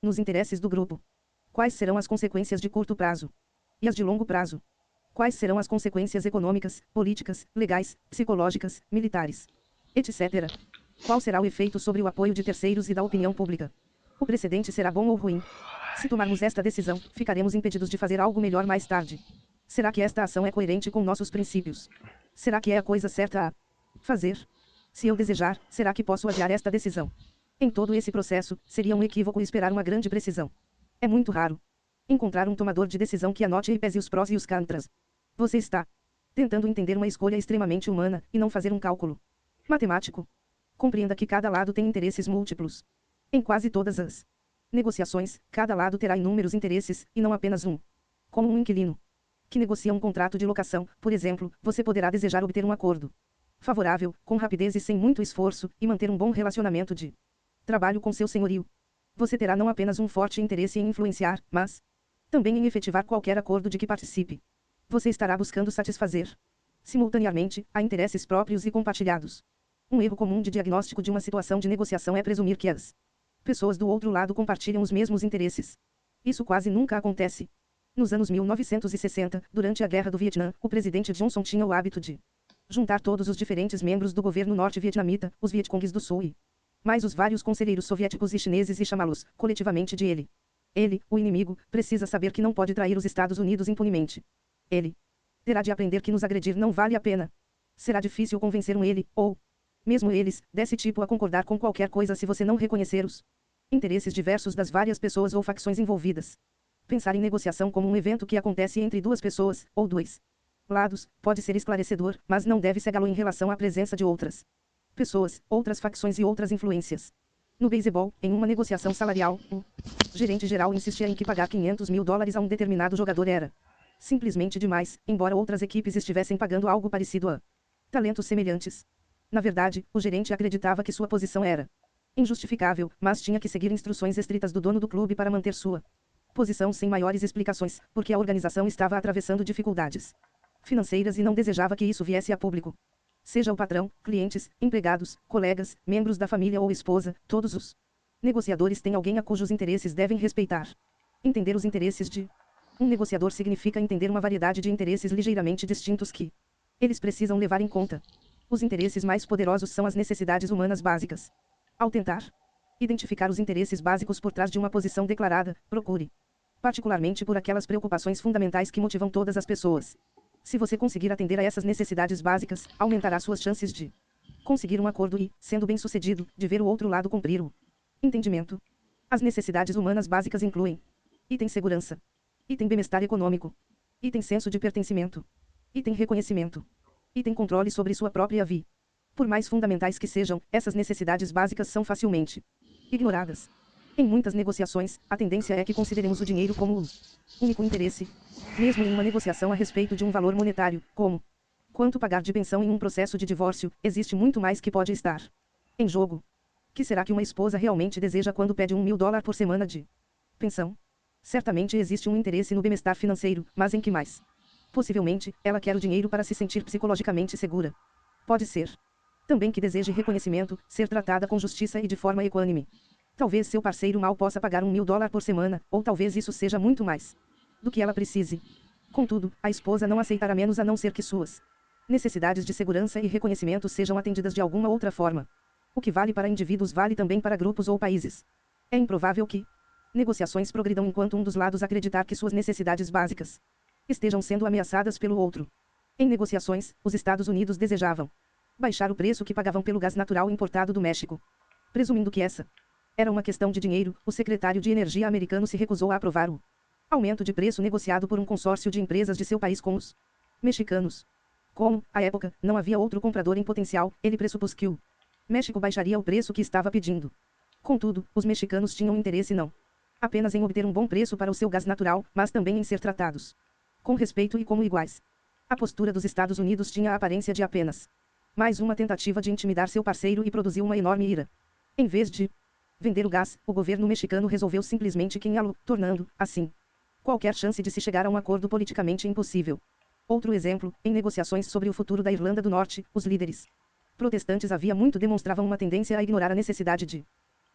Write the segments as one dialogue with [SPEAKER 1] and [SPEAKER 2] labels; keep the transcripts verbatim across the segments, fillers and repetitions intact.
[SPEAKER 1] nos interesses do grupo. Quais serão as consequências de curto prazo? E as de longo prazo? Quais serão as consequências econômicas, políticas, legais, psicológicas, militares, etcétera? Qual será o efeito sobre o apoio de terceiros e da opinião pública? O precedente será bom ou ruim? Se tomarmos esta decisão, ficaremos impedidos de fazer algo melhor mais tarde. Será que esta ação é coerente com nossos princípios? Será que é a coisa certa a fazer? Se eu desejar, será que posso adiar esta decisão? Em todo esse processo, seria um equívoco esperar uma grande precisão. É muito raro encontrar um tomador de decisão que anote e pese os prós e os contras. Você está tentando entender uma escolha extremamente humana, e não fazer um cálculo matemático. Compreenda que cada lado tem interesses múltiplos. Em quase todas as negociações, cada lado terá inúmeros interesses, e não apenas um. Como um inquilino que negocia um contrato de locação, por exemplo, você poderá desejar obter um acordo favorável, com rapidez e sem muito esforço, e manter um bom relacionamento de trabalho com seu senhorio. Você terá não apenas um forte interesse em influenciar, mas também em efetivar qualquer acordo de que participe. Você estará buscando satisfazer, simultaneamente, a interesses próprios e compartilhados. Um erro comum de diagnóstico de uma situação de negociação é presumir que as pessoas do outro lado compartilham os mesmos interesses. Isso quase nunca acontece. Nos anos mil novecentos e sessenta, durante a Guerra do Vietnã, o presidente Johnson tinha o hábito de juntar todos os diferentes membros do governo norte-vietnamita, os Vietcongues do Sul e mais os vários conselheiros soviéticos e chineses e chamá-los, coletivamente, de ele. Ele, o inimigo, precisa saber que não pode trair os Estados Unidos impunemente. Ele terá de aprender que nos agredir não vale a pena. Será difícil convencer um ele, ou mesmo eles, desse tipo a concordar com qualquer coisa se você não reconhecer os interesses diversos das várias pessoas ou facções envolvidas. Pensar em negociação como um evento que acontece entre duas pessoas, ou dois lados, pode ser esclarecedor, mas não deve cegá-lo em relação à presença de outras pessoas, outras facções e outras influências. No beisebol, em uma negociação salarial, o gerente geral insistia em que pagar quinhentos mil dólares a um determinado jogador era simplesmente demais, embora outras equipes estivessem pagando algo parecido a talentos semelhantes. Na verdade, o gerente acreditava que sua posição era injustificável, mas tinha que seguir instruções estritas do dono do clube para manter sua posição sem maiores explicações, porque a organização estava atravessando dificuldades financeiras e não desejava que isso viesse a público. Seja o patrão, clientes, empregados, colegas, membros da família ou esposa, todos os negociadores têm alguém a cujos interesses devem respeitar. Entender os interesses de um negociador significa entender uma variedade de interesses ligeiramente distintos que eles precisam levar em conta. Os interesses mais poderosos são as necessidades humanas básicas. Ao tentar identificar os interesses básicos por trás de uma posição declarada, procure particularmente por aquelas preocupações fundamentais que motivam todas as pessoas. Se você conseguir atender a essas necessidades básicas, aumentará suas chances de conseguir um acordo e, sendo bem-sucedido, de ver o outro lado cumprir o entendimento. As necessidades humanas básicas incluem item segurança, item bem-estar econômico, item senso de pertencimento, item reconhecimento, item controle sobre sua própria vida. Por mais fundamentais que sejam, essas necessidades básicas são facilmente ignoradas. Em muitas negociações, a tendência é que consideremos o dinheiro como o único interesse, mesmo em uma negociação a respeito de um valor monetário, como quanto pagar de pensão em um processo de divórcio. Existe muito mais que pode estar em jogo. Que será que uma esposa realmente deseja quando pede um mil dólares por semana de pensão? Certamente existe um interesse no bem-estar financeiro, mas em que mais? Possivelmente, ela quer o dinheiro para se sentir psicologicamente segura. Pode ser também que deseje reconhecimento, ser tratada com justiça e de forma equânime. Talvez seu parceiro mal possa pagar um mil dólares por semana, ou talvez isso seja muito mais do que ela precise. Contudo, a esposa não aceitará menos a não ser que suas necessidades de segurança e reconhecimento sejam atendidas de alguma outra forma. O que vale para indivíduos vale também para grupos ou países. É improvável que negociações progridam enquanto um dos lados acreditar que suas necessidades básicas estejam sendo ameaçadas pelo outro. Em negociações, os Estados Unidos desejavam baixar o preço que pagavam pelo gás natural importado do México. Presumindo que essa era uma questão de dinheiro, o secretário de Energia americano se recusou a aprovar o aumento de preço negociado por um consórcio de empresas de seu país com os mexicanos. Como, à época, não havia outro comprador em potencial, ele pressupôs que o México baixaria o preço que estava pedindo. Contudo, os mexicanos tinham interesse não apenas em obter um bom preço para o seu gás natural, mas também em ser tratados com respeito e como iguais. A postura dos Estados Unidos tinha a aparência de apenas mais uma tentativa de intimidar seu parceiro e produziu uma enorme ira. Em vez de vender o gás, o governo mexicano resolveu simplesmente queimá-lo, tornando, assim, qualquer chance de se chegar a um acordo politicamente impossível. Outro exemplo, em negociações sobre o futuro da Irlanda do Norte, os líderes protestantes havia muito demonstravam uma tendência a ignorar a necessidade de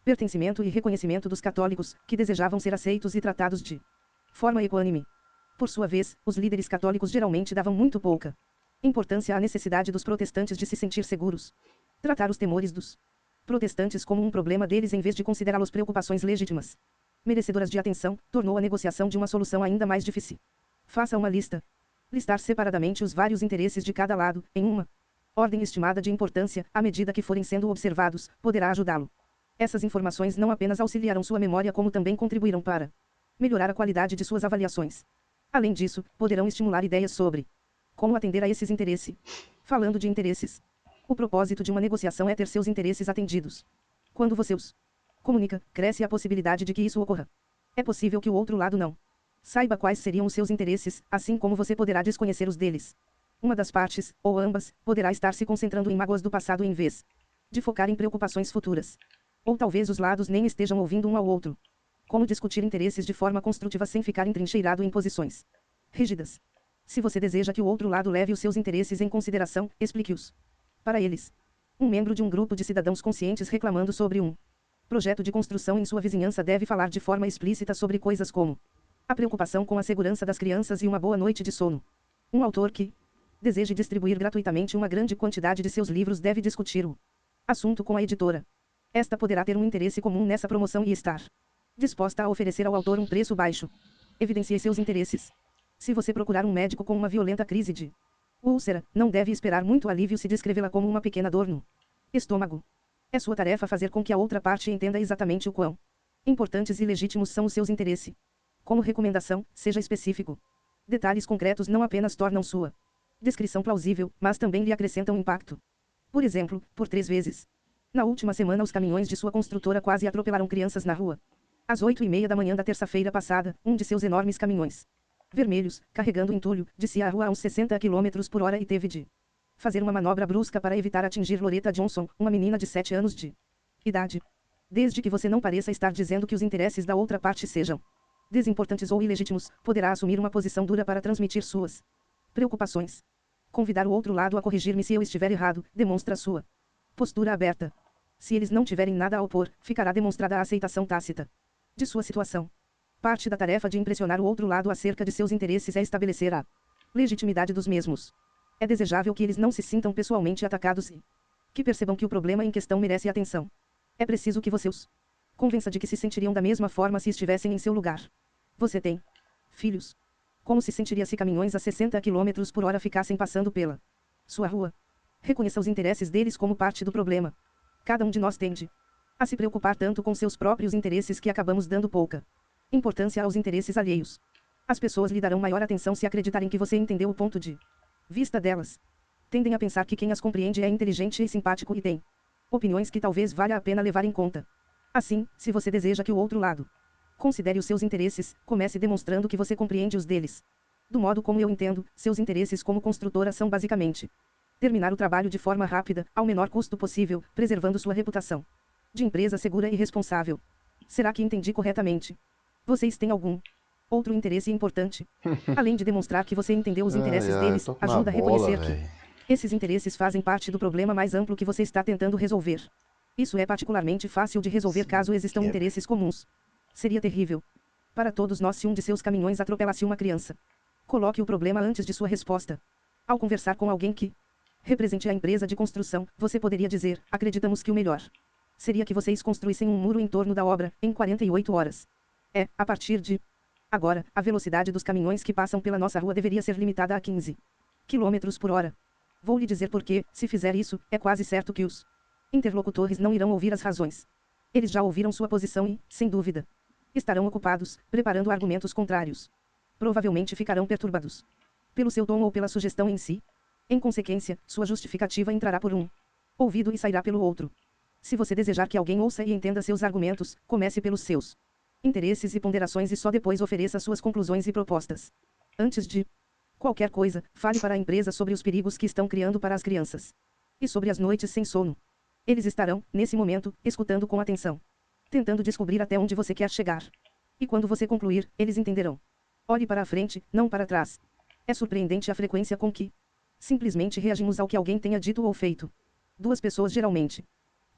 [SPEAKER 1] pertencimento e reconhecimento dos católicos, que desejavam ser aceitos e tratados de forma equânime. Por sua vez, os líderes católicos geralmente davam muito pouca importância à necessidade dos protestantes de se sentir seguros. Tratar os temores dos protestantes como um problema deles em vez de considerá-los preocupações legítimas, merecedoras de atenção, tornou a negociação de uma solução ainda mais difícil. Faça uma lista. Listar separadamente os vários interesses de cada lado, em uma ordem estimada de importância, à medida que forem sendo observados, poderá ajudá-lo. Essas informações não apenas auxiliarão sua memória como também contribuirão para melhorar a qualidade de suas avaliações. Além disso, poderão estimular ideias sobre como atender a esses interesses. Falando de interesses, o propósito de uma negociação é ter seus interesses atendidos. Quando você os comunica, cresce a possibilidade de que isso ocorra. É possível que o outro lado não saiba quais seriam os seus interesses, assim como você poderá desconhecer os deles. Uma das partes, ou ambas, poderá estar se concentrando em mágoas do passado em vez de focar em preocupações futuras. Ou talvez os lados nem estejam ouvindo um ao outro. Como discutir interesses de forma construtiva sem ficar entrincheirado em posições rígidas? Se você deseja que o outro lado leve os seus interesses em consideração, explique-os para eles. Um membro de um grupo de cidadãos conscientes reclamando sobre um projeto de construção em sua vizinhança deve falar de forma explícita sobre coisas como a preocupação com a segurança das crianças e uma boa noite de sono. Um autor que deseje distribuir gratuitamente uma grande quantidade de seus livros deve discutir o assunto com a editora. Esta poderá ter um interesse comum nessa promoção e estar disposta a oferecer ao autor um preço baixo. Evidencie seus interesses. Se você procurar um médico com uma violenta crise de úlcera, não deve esperar muito alívio se descrevê-la como uma pequena dor no estômago. É sua tarefa fazer com que a outra parte entenda exatamente o quão importantes e legítimos são os seus interesses. Como recomendação, seja específico. Detalhes concretos não apenas tornam sua descrição plausível, mas também lhe acrescentam impacto. Por exemplo, por três vezes na última semana os caminhões de sua construtora quase atropelaram crianças na rua. Às oito e meia da manhã da terça-feira passada, um de seus enormes caminhões vermelhos, carregando entulho, descia a rua a uns sessenta quilômetros por hora e teve de fazer uma manobra brusca para evitar atingir Loretta Johnson, uma menina de sete anos de idade. Desde que você não pareça estar dizendo que os interesses da outra parte sejam desimportantes ou ilegítimos, poderá assumir uma posição dura para transmitir suas preocupações. Convidar o outro lado a corrigir-me se eu estiver errado, demonstra sua postura aberta. Se eles não tiverem nada a opor, ficará demonstrada a aceitação tácita de sua situação. Parte da tarefa de impressionar o outro lado acerca de seus interesses é estabelecer a legitimidade dos mesmos. É desejável que eles não se sintam pessoalmente atacados e que percebam que o problema em questão merece atenção. É preciso que você os convença de que se sentiriam da mesma forma se estivessem em seu lugar. Você tem filhos. Como se sentiria se caminhões a sessenta quilômetros por hora ficassem passando pela sua rua? Reconheça os interesses deles como parte do problema. Cada um de nós tende a se preocupar tanto com seus próprios interesses que acabamos dando pouca importância aos interesses alheios. As pessoas lhe darão maior atenção se acreditarem que você entendeu o ponto de vista delas. Tendem a pensar que quem as compreende é inteligente e simpático e tem opiniões que talvez valha a pena levar em conta. Assim, se você deseja que o outro lado considere os seus interesses, comece demonstrando que você compreende os deles. Do modo como eu entendo, seus interesses como construtora são basicamente terminar o trabalho de forma rápida, ao menor custo possível, preservando sua reputação de empresa segura e responsável. Será que entendi corretamente? Vocês têm algum outro interesse importante? Além de demonstrar que você entendeu os interesses
[SPEAKER 2] ai, ai,
[SPEAKER 1] deles,
[SPEAKER 2] tô com
[SPEAKER 1] ajuda a
[SPEAKER 2] uma bola,
[SPEAKER 1] reconhecer
[SPEAKER 2] véi.
[SPEAKER 1] que esses interesses fazem parte do problema mais amplo que você está tentando resolver. Isso é particularmente fácil de resolver caso existam interesses comuns. Seria terrível para todos nós se um de seus caminhões atropelasse uma criança. Coloque o problema antes de sua resposta. Ao conversar com alguém que represente a empresa de construção, você poderia dizer: acreditamos que o melhor seria que vocês construíssem um muro em torno da obra, em quarenta e oito horas. É, a partir de agora, a velocidade dos caminhões que passam pela nossa rua deveria ser limitada a quinze quilômetros por hora. Vou lhe dizer porque, se fizer isso, é quase certo que os interlocutores não irão ouvir as razões. Eles já ouviram sua posição e, sem dúvida, estarão ocupados, preparando argumentos contrários. Provavelmente ficarão perturbados pelo seu tom ou pela sugestão em si. Em consequência, sua justificativa entrará por um ouvido e sairá pelo outro. Se você desejar que alguém ouça e entenda seus argumentos, comece pelos seus interesses e ponderações e só depois ofereça suas conclusões e propostas. Antes de qualquer coisa, fale para a empresa sobre os perigos que estão criando para as crianças e sobre as noites sem sono. Eles estarão, nesse momento, escutando com atenção, tentando descobrir até onde você quer chegar. E quando você concluir, eles entenderão. Olhe para a frente, não para trás. É surpreendente a frequência com que simplesmente reagimos ao que alguém tenha dito ou feito. Duas pessoas geralmente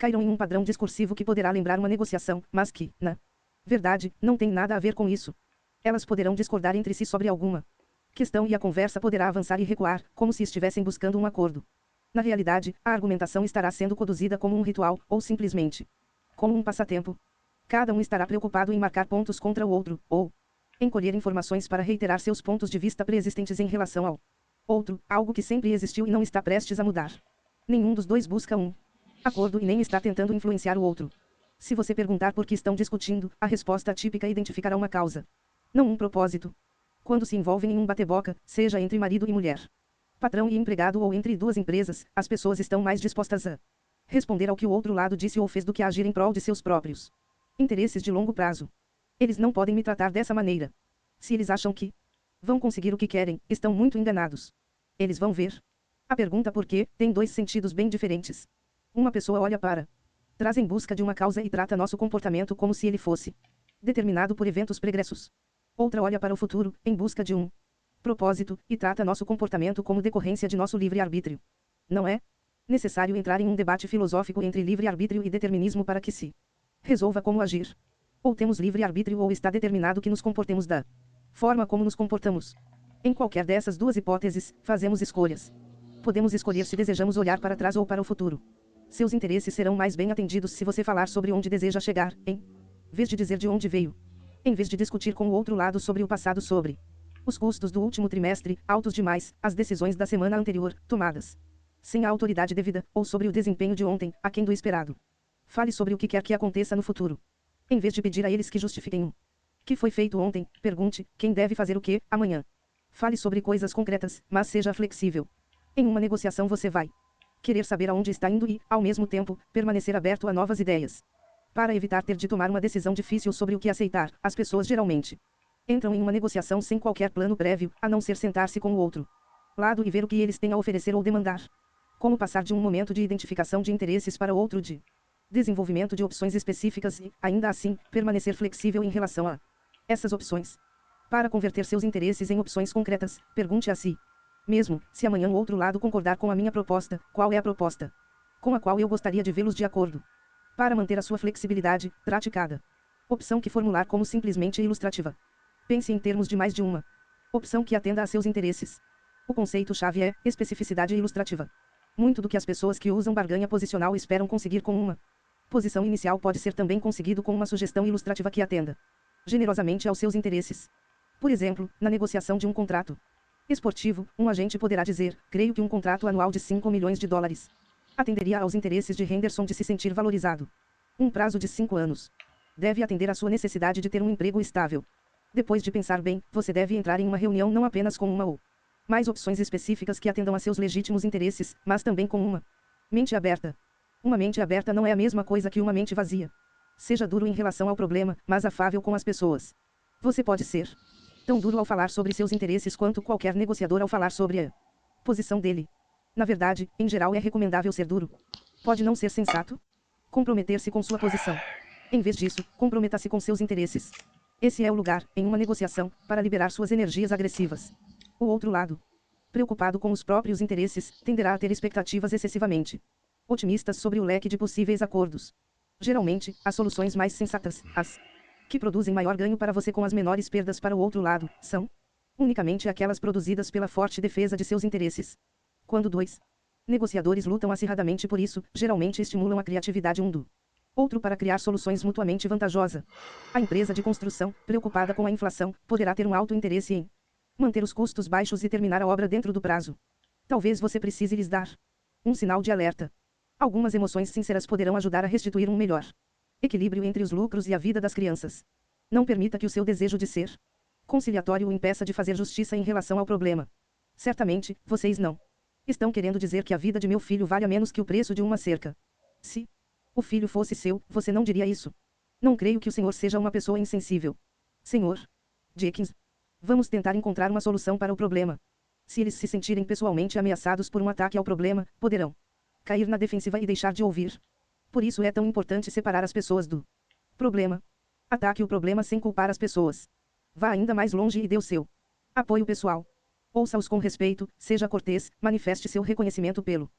[SPEAKER 1] cairão em um padrão discursivo que poderá lembrar uma negociação, mas que, na verdade, não tem nada a ver com isso. Elas poderão discordar entre si sobre alguma questão e a conversa poderá avançar e recuar, como se estivessem buscando um acordo. Na realidade, a argumentação estará sendo conduzida como um ritual, ou simplesmente como um passatempo. Cada um estará preocupado em marcar pontos contra o outro, ou em colher informações para reiterar seus pontos de vista pré-existentes em relação ao outro, algo que sempre existiu e não está prestes a mudar. Nenhum dos dois busca um acordo e nem está tentando influenciar o outro. Se você perguntar por que estão discutindo, a resposta típica identificará uma causa, não um propósito. Quando se envolvem em um bate-boca, seja entre marido e mulher, patrão e empregado ou entre duas empresas, as pessoas estão mais dispostas a responder ao que o outro lado disse ou fez do que a agir em prol de seus próprios interesses de longo prazo. Eles não podem me tratar dessa maneira. Se eles acham que vão conseguir o que querem, estão muito enganados. Eles vão ver. A pergunta por quê tem dois sentidos bem diferentes. Uma pessoa olha para trás em busca de uma causa e trata nosso comportamento como se ele fosse determinado por eventos pregressos. Outra olha para o futuro, em busca de um propósito, e trata nosso comportamento como decorrência de nosso livre-arbítrio. Não é necessário entrar em um debate filosófico entre livre-arbítrio e determinismo para que se resolva como agir. Ou temos livre-arbítrio ou está determinado que nos comportemos da forma como nos comportamos. Em qualquer dessas duas hipóteses, fazemos escolhas. Podemos escolher se desejamos olhar para trás ou para o futuro. Seus interesses serão mais bem atendidos se você falar sobre onde deseja chegar, em vez de dizer de onde veio. Em vez de discutir com o outro lado sobre o passado, sobre os custos do último trimestre, altos demais, as decisões da semana anterior, tomadas sem a autoridade devida, ou sobre o desempenho de ontem, aquém do esperado. Fale sobre o que quer que aconteça no futuro. Em vez de pedir a eles que justifiquem o que foi feito ontem, pergunte quem deve fazer o que amanhã. Fale sobre coisas concretas, mas seja flexível. Em uma negociação você vai querer saber aonde está indo e, ao mesmo tempo, permanecer aberto a novas ideias. Para evitar ter de tomar uma decisão difícil sobre o que aceitar, as pessoas geralmente entram em uma negociação sem qualquer plano prévio, a não ser sentar-se com o outro lado e ver o que eles têm a oferecer ou demandar. Como passar de um momento de identificação de interesses para outro de desenvolvimento de opções específicas e, ainda assim, permanecer flexível em relação a essas opções. Para converter seus interesses em opções concretas, pergunte a si mesmo, se amanhã o outro lado concordar com a minha proposta, qual é a proposta com a qual eu gostaria de vê-los de acordo. Para manter a sua flexibilidade, trate cada opção que formular como simplesmente ilustrativa. Pense em termos de mais de uma opção que atenda a seus interesses. O conceito-chave é especificidade ilustrativa. Muito do que as pessoas que usam barganha posicional esperam conseguir com uma posição inicial pode ser também conseguido com uma sugestão ilustrativa que atenda generosamente aos seus interesses. Por exemplo, na negociação de um contrato esportivo, um agente poderá dizer: creio que um contrato anual de cinco milhões de dólares atenderia aos interesses de Henderson de se sentir valorizado. Um prazo de cinco anos deve atender à sua necessidade de ter um emprego estável. Depois de pensar bem, você deve entrar em uma reunião não apenas com uma ou mais opções específicas que atendam a seus legítimos interesses, mas também com uma mente aberta. Uma mente aberta não é a mesma coisa que uma mente vazia. Seja duro em relação ao problema, mas afável com as pessoas. Você pode ser tão duro ao falar sobre seus interesses quanto qualquer negociador ao falar sobre a posição dele. Na verdade, em geral é recomendável ser duro. Pode não ser sensato comprometer-se com sua posição. Em vez disso, comprometa-se com seus interesses. Esse é o lugar, em uma negociação, para liberar suas energias agressivas. O outro lado, preocupado com os próprios interesses, tenderá a ter expectativas excessivamente otimistas sobre o leque de possíveis acordos. Geralmente, as soluções mais sensatas, as que produzem maior ganho para você com as menores perdas para o outro lado, são unicamente aquelas produzidas pela forte defesa de seus interesses. Quando dois negociadores lutam acirradamente por isso, geralmente estimulam a criatividade um do outro para criar soluções mutuamente vantajosas. A empresa de construção, preocupada com a inflação, poderá ter um alto interesse em manter os custos baixos e terminar a obra dentro do prazo. Talvez você precise lhes dar um sinal de alerta. Algumas emoções sinceras poderão ajudar a restituir um melhor equilíbrio entre os lucros e a vida das crianças. Não permita que o seu desejo de ser conciliatório o impeça de fazer justiça em relação ao problema. Certamente, vocês não estão querendo dizer que a vida de meu filho vale menos que o preço de uma cerca. Se o filho fosse seu, você não diria isso. Não creio que o senhor seja uma pessoa insensível. senhor Jenkins, vamos tentar encontrar uma solução para o problema. Se eles se sentirem pessoalmente ameaçados por um ataque ao problema, poderão cair na defensiva e deixar de ouvir. Por isso é tão importante separar as pessoas do problema. Ataque o problema sem culpar as pessoas. Vá ainda mais longe e dê o seu apoio pessoal. Ouça-os com respeito, seja cortês, manifeste seu reconhecimento pelo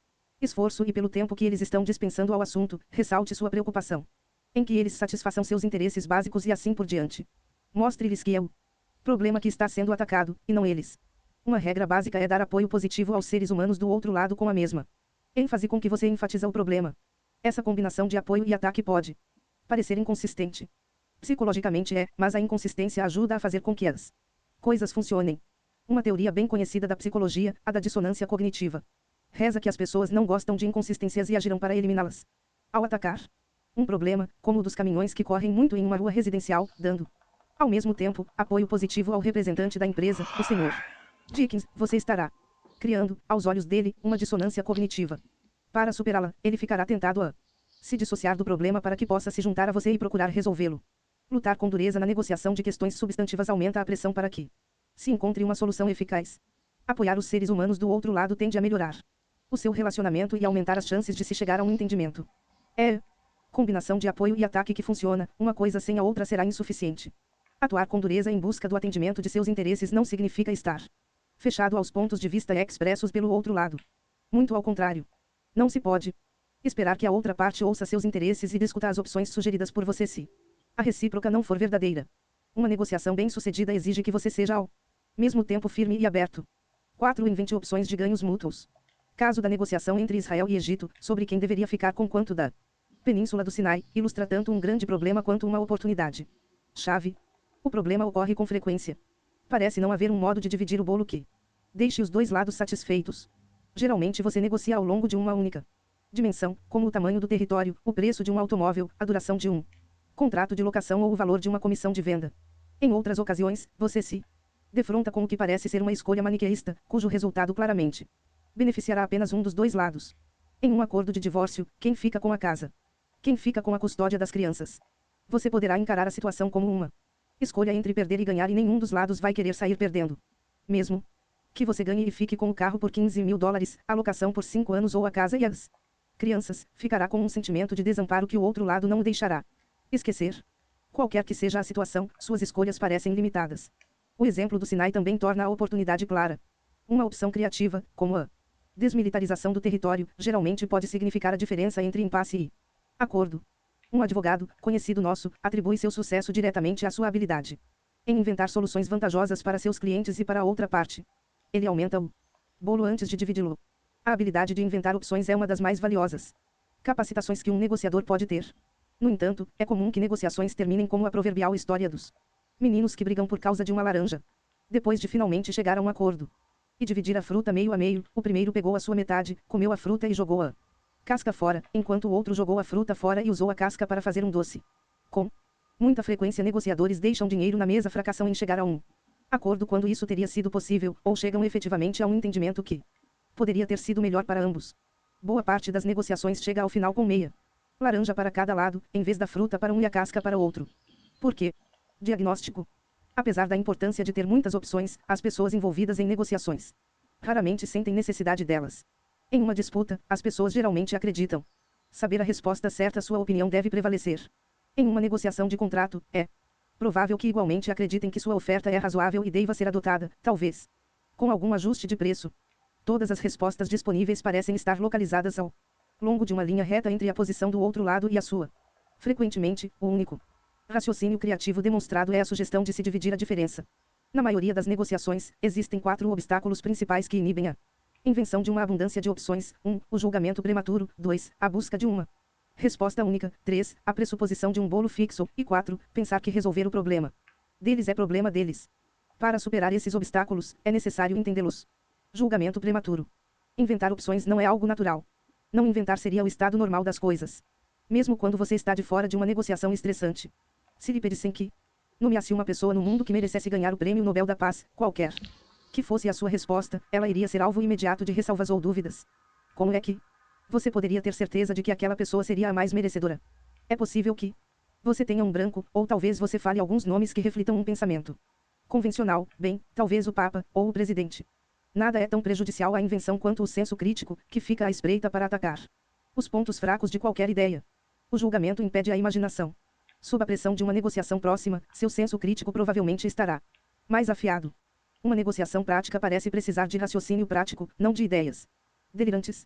[SPEAKER 1] esforço e pelo tempo que eles estão dispensando ao assunto, ressalte sua preocupação. Em que eles satisfaçam seus interesses básicos e assim por diante. Mostre-lhes que é o problema que está sendo atacado, e não eles. Uma regra básica é dar apoio positivo aos seres humanos do outro lado com a mesma ênfase com que você enfatiza o problema. Essa combinação de apoio e ataque pode parecer inconsistente. Psicologicamente é, mas a inconsistência ajuda a fazer com que as coisas funcionem. Uma teoria bem conhecida da psicologia, a da dissonância cognitiva, reza que as pessoas não gostam de inconsistências e agirão para eliminá-las. Ao atacar um problema, como o dos caminhões que correm muito em uma rua residencial, dando, ao mesmo tempo, apoio positivo ao representante da empresa, o senhor Dickens, você estará criando, aos olhos dele, uma dissonância cognitiva. Para superá-la, ele ficará tentado a se dissociar do problema para que possa se juntar a você e procurar resolvê-lo. Lutar com dureza na negociação de questões substantivas aumenta a pressão para que se encontre uma solução eficaz. Apoiar os seres humanos do outro lado tende a melhorar o seu relacionamento e aumentar as chances de se chegar a um entendimento. É combinação de apoio e ataque que funciona, uma coisa sem a outra será insuficiente. Atuar com dureza em busca do atendimento de seus interesses não significa estar fechado aos pontos de vista expressos pelo outro lado. Muito ao contrário. Não se pode esperar que a outra parte ouça seus interesses e discuta as opções sugeridas por você se a recíproca não for verdadeira. Uma negociação bem-sucedida exige que você seja ao mesmo tempo firme e aberto. quatro. Invente opções de ganhos mútuos. Caso da negociação entre Israel e Egito, sobre quem deveria ficar com quanto da Península do Sinai, ilustra tanto um grande problema quanto uma oportunidade. Chave. O problema ocorre com frequência. Parece não haver um modo de dividir o bolo que deixe os dois lados satisfeitos. Geralmente você negocia ao longo de uma única dimensão, como o tamanho do território, o preço de um automóvel, a duração de um contrato de locação ou o valor de uma comissão de venda. Em outras ocasiões, você se defronta com o que parece ser uma escolha maniqueísta, cujo resultado claramente beneficiará apenas um dos dois lados. Em um acordo de divórcio, quem fica com a casa? Quem fica com a custódia das crianças? Você poderá encarar a situação como uma escolha entre perder e ganhar e nenhum dos lados vai querer sair perdendo. Mesmo que você ganhe e fique com o carro por quinze mil dólares, a locação por cinco anos ou a casa e as crianças, ficará com um sentimento de desamparo que o outro lado não o deixará esquecer. Qualquer que seja a situação, suas escolhas parecem limitadas. O exemplo do Sinai também torna a oportunidade clara. Uma opção criativa, como a desmilitarização do território, geralmente pode significar a diferença entre impasse e acordo. Um advogado, conhecido nosso, atribui seu sucesso diretamente à sua habilidade em inventar soluções vantajosas para seus clientes e para a outra parte. Ele aumenta o bolo antes de dividi-lo. A habilidade de inventar opções é uma das mais valiosas capacitações que um negociador pode ter. No entanto, é comum que negociações terminem como a proverbial história dos meninos que brigam por causa de uma laranja. Depois de finalmente chegar a um acordo e dividir a fruta meio a meio, o primeiro pegou a sua metade, comeu a fruta e jogou a casca fora, enquanto o outro jogou a fruta fora e usou a casca para fazer um doce. Com muita frequência negociadores deixam dinheiro na mesa, fracassam em chegar a um acordo quando isso teria sido possível, ou chegam efetivamente a um entendimento que poderia ter sido melhor para ambos. Boa parte das negociações chega ao final com meia laranja para cada lado, em vez da fruta para um e a casca para outro. Por quê? Diagnóstico. Apesar da importância de ter muitas opções, as pessoas envolvidas em negociações raramente sentem necessidade delas. Em uma disputa, as pessoas geralmente acreditam saber a resposta certa, sua opinião deve prevalecer. Em uma negociação de contrato, é provável que igualmente acreditem que sua oferta é razoável e deva ser adotada, talvez com algum ajuste de preço. Todas as respostas disponíveis parecem estar localizadas ao longo de uma linha reta entre a posição do outro lado e a sua. Frequentemente, o único raciocínio criativo demonstrado é a sugestão de se dividir a diferença. Na maioria das negociações, existem quatro obstáculos principais que inibem a invenção de uma abundância de opções. um. O julgamento prematuro. dois. A busca de uma resposta única. três. A pressuposição de um bolo fixo. E quatro. Pensar que resolver o problema deles é problema deles. Para superar esses obstáculos, é necessário entendê-los. Julgamento prematuro. Inventar opções não é algo natural. Não inventar seria o estado normal das coisas. Mesmo quando você está de fora de uma negociação estressante. Se lhe pedissem que nomeasse uma pessoa no mundo que merecesse ganhar o Prêmio Nobel da Paz, qualquer que fosse a sua resposta, ela iria ser alvo imediato de ressalvas ou dúvidas. Como é que você poderia ter certeza de que aquela pessoa seria a mais merecedora? É possível que você tenha um branco, ou talvez você fale alguns nomes que reflitam um pensamento convencional, bem, talvez o Papa, ou o Presidente. Nada é tão prejudicial à invenção quanto o senso crítico, que fica à espreita para atacar os pontos fracos de qualquer ideia. O julgamento impede a imaginação. Sob a pressão de uma negociação próxima, seu senso crítico provavelmente estará mais afiado. Uma negociação prática parece precisar de raciocínio prático, não de ideias delirantes.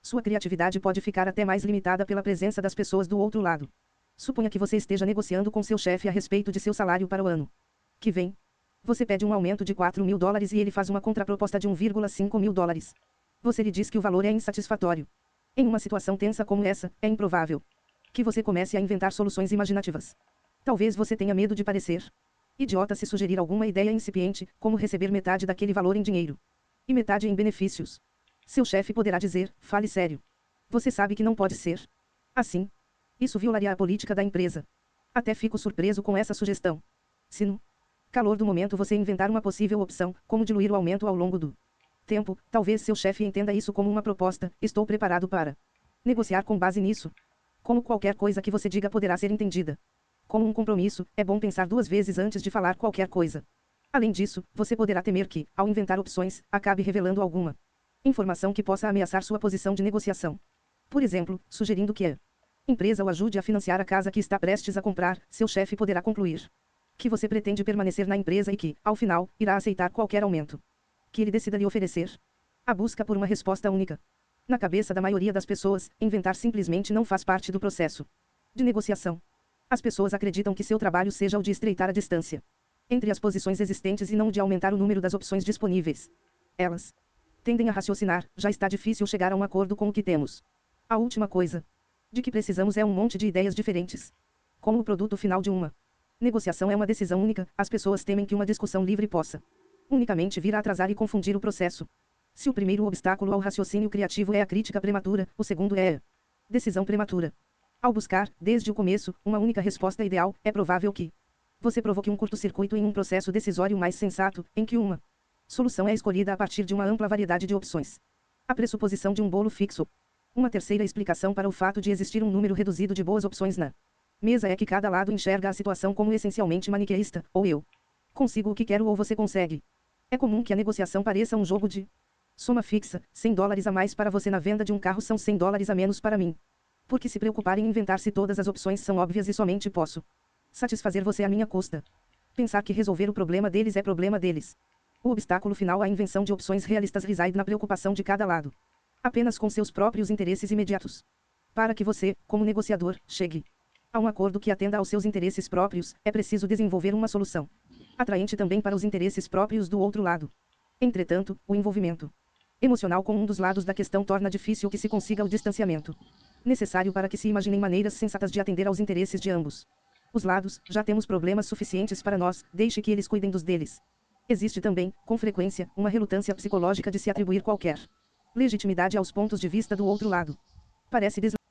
[SPEAKER 1] Sua criatividade pode ficar até mais limitada pela presença das pessoas do outro lado. Suponha que você esteja negociando com seu chefe a respeito de seu salário para o ano que vem. Você pede um aumento de quatro mil dólares e ele faz uma contraproposta de um vírgula cinco mil dólares. Você lhe diz que o valor é insatisfatório. Em uma situação tensa como essa, é improvável que você comece a inventar soluções imaginativas. Talvez você tenha medo de parecer idiota se sugerir alguma ideia incipiente, como receber metade daquele valor em dinheiro e metade em benefícios. Seu chefe poderá dizer, fale sério. Você sabe que não pode ser assim. Isso violaria a política da empresa. Até fico surpreso com essa sugestão. Se no calor do momento você inventar uma possível opção, como diluir o aumento ao longo do tempo, talvez seu chefe entenda isso como uma proposta, estou preparado para negociar com base nisso. Como qualquer coisa que você diga poderá ser entendida como um compromisso, é bom pensar duas vezes antes de falar qualquer coisa. Além disso, você poderá temer que, ao inventar opções, acabe revelando alguma informação que possa ameaçar sua posição de negociação. Por exemplo, sugerindo que a empresa o ajude a financiar a casa que está prestes a comprar, seu chefe poderá concluir que você pretende permanecer na empresa e que, ao final, irá aceitar qualquer aumento que ele decida lhe oferecer. A busca por uma resposta única. Na cabeça da maioria das pessoas, inventar simplesmente não faz parte do processo de negociação. As pessoas acreditam que seu trabalho seja o de estreitar a distância entre as posições existentes e não o de aumentar o número das opções disponíveis. Elas tendem a raciocinar, já está difícil chegar a um acordo com o que temos. A última coisa de que precisamos é um monte de ideias diferentes. Como o produto final de uma negociação é uma decisão única, as pessoas temem que uma discussão livre possa unicamente vir a atrasar e confundir o processo. Se o primeiro obstáculo ao raciocínio criativo é a crítica prematura, o segundo é a decisão prematura. Ao buscar, desde o começo, uma única resposta ideal, é provável que você provoque um curto-circuito em um processo decisório mais sensato, em que uma solução é escolhida a partir de uma ampla variedade de opções. A pressuposição de um bolo fixo. Uma terceira explicação para o fato de existir um número reduzido de boas opções na mesa é que cada lado enxerga a situação como essencialmente maniqueísta, ou eu consigo o que quero ou você consegue. É comum que a negociação pareça um jogo de soma fixa, cem dólares a mais para você na venda de um carro são cem dólares a menos para mim. Por que se preocupar em inventar se todas as opções são óbvias e somente posso satisfazer você à minha custa? Pensar que resolver o problema deles é problema deles. O obstáculo final à invenção de opções realistas reside na preocupação de cada lado apenas com seus próprios interesses imediatos. Para que você, como negociador, chegue a um acordo que atenda aos seus interesses próprios, é preciso desenvolver uma solução atraente também para os interesses próprios do outro lado. Entretanto, o envolvimento emocional com um dos lados da questão torna difícil que se consiga o distanciamento necessário para que se imaginem maneiras sensatas de atender aos interesses de ambos os lados. Já temos problemas suficientes para nós, deixe que eles cuidem dos deles. Existe também, com frequência, uma relutância psicológica de se atribuir qualquer legitimidade aos pontos de vista do outro lado. Parece